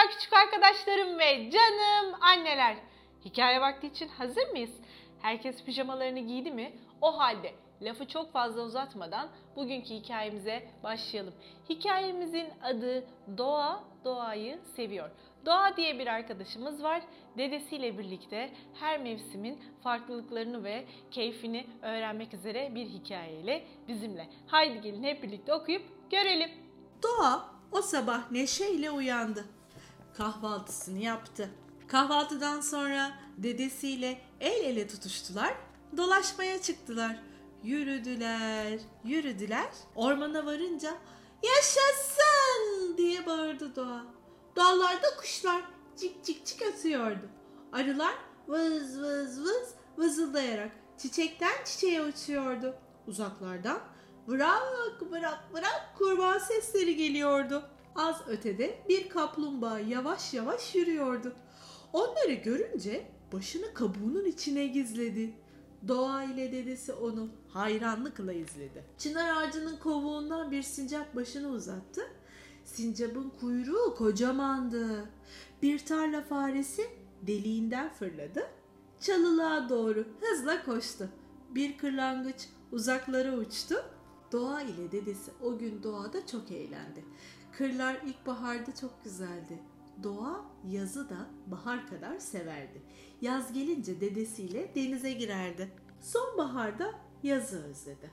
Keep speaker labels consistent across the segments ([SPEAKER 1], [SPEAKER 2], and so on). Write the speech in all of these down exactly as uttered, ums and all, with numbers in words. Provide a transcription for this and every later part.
[SPEAKER 1] Merhabalar küçük arkadaşlarım ve canım anneler. Hikaye vakti için hazır mıyız? Herkes pijamalarını giydi mi? O halde lafı çok fazla uzatmadan bugünkü hikayemize başlayalım. Hikayemizin adı Doğa Doğayı Seviyor. Doğa diye bir arkadaşımız var. Dedesiyle birlikte her mevsimin farklılıklarını ve keyfini öğrenmek üzere bir hikayeyle bizimle. Haydi gelin hep birlikte okuyup görelim.
[SPEAKER 2] Doğa o sabah neşeyle uyandı. Kahvaltısını yaptı. Kahvaltıdan sonra dedesiyle el ele tutuştular, dolaşmaya çıktılar. Yürüdüler, yürüdüler. Ormana varınca yaşasın diye bağırdı Doğa. Dallarda kuşlar cik cik cik ötüyordu. Arılar vız vız vız vızıldayarak çiçekten çiçeğe uçuyordu. Uzaklardan bırak bırak bırak kurbağa sesleri geliyordu. Az ötede bir kaplumbağa yavaş yavaş yürüyordu. Onları görünce başını kabuğunun içine gizledi. Doğa ile dedesi onu hayranlıkla izledi. Çınar ağacının kovuğundan bir sincap başını uzattı. Sincapın kuyruğu kocamandı. Bir tarla faresi deliğinden fırladı. Çalılığa doğru hızla koştu. Bir kırlangıç uzaklara uçtu. Doğa ile dedesi o gün doğada çok eğlendi. Kırlar ilkbaharda çok güzeldi. Doğa yazı da bahar kadar severdi. Yaz gelince dedesiyle denize girerdi. Sonbaharda yazı özledi.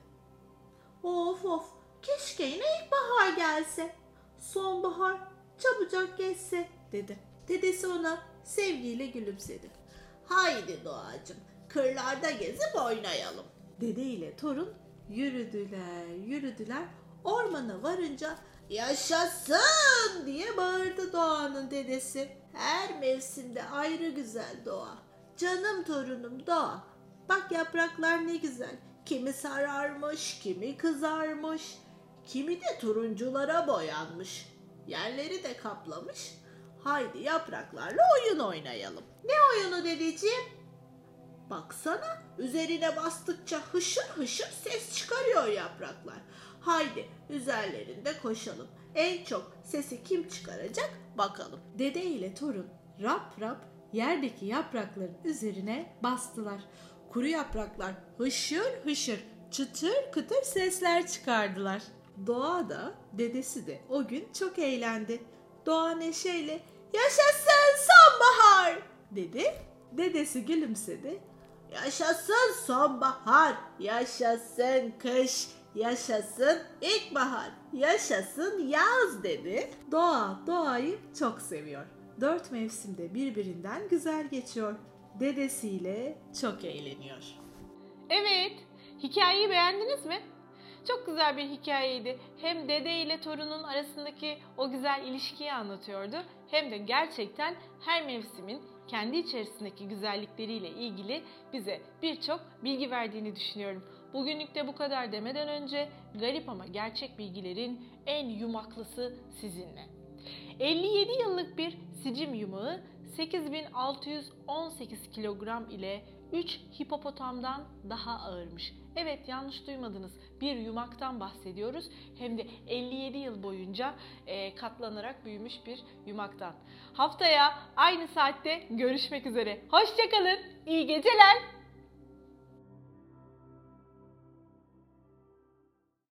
[SPEAKER 2] Of of, keşke yine ilkbahar gelse. Sonbahar çabucak geçse dedi. Dedesi ona sevgiyle gülümsedi. Haydi Doğacığım, kırlarda gezip oynayalım. Dede ile torun yürüdüler, yürüdüler. Ormana varınca yaşasın diye bağırdı Doğanın dedesi. Her mevsimde ayrı güzel doğa. Canım torunum Doğa. Bak yapraklar ne güzel. Kimi sararmış, kimi kızarmış. Kimi de turunculara boyanmış. Yerleri de kaplamış. Haydi yapraklarla oyun oynayalım. Ne oyunu dedeciğim? Baksana, üzerine bastıkça hışır hışır ses çıkarıyor yapraklar. Haydi üzerlerinde koşalım. En çok sesi kim çıkaracak bakalım. Dede ile torun rap rap yerdeki yaprakların üzerine bastılar. Kuru yapraklar hışır hışır çıtır kıtır sesler çıkardılar. Doğa da dedesi de o gün çok eğlendi. Doğa neşeyle yaşasın sonbahar dedi. Dedesi gülümsedi. Yaşasın sonbahar, yaşasın kış, yaşasın ilkbahar, yaşasın yaz dedi. Doğa doğayı çok seviyor. Dört mevsimde birbirinden güzel geçiyor. Dedesiyle çok eğleniyor.
[SPEAKER 1] Evet, hikayeyi beğendiniz mi? Çok güzel bir hikayeydi. Hem dede ile torunun arasındaki o güzel ilişkiyi anlatıyordu. Hem de gerçekten her mevsimin kendi içerisindeki güzellikleriyle ilgili bize birçok bilgi verdiğini düşünüyorum. Bugünlük de bu kadar demeden önce garip ama gerçek bilgilerin en yumaklısı sizinle. elli yedi yıllık bir sicim yumağı sekiz bin altı yüz on sekiz kilogram ile üç hipopotamdan daha ağırmış. Evet, yanlış duymadınız. Bir yumaktan bahsediyoruz. Hem de elli yedi yıl boyunca e, katlanarak büyümüş bir yumaktan. Haftaya aynı saatte görüşmek üzere. Hoşça kalın. İyi geceler.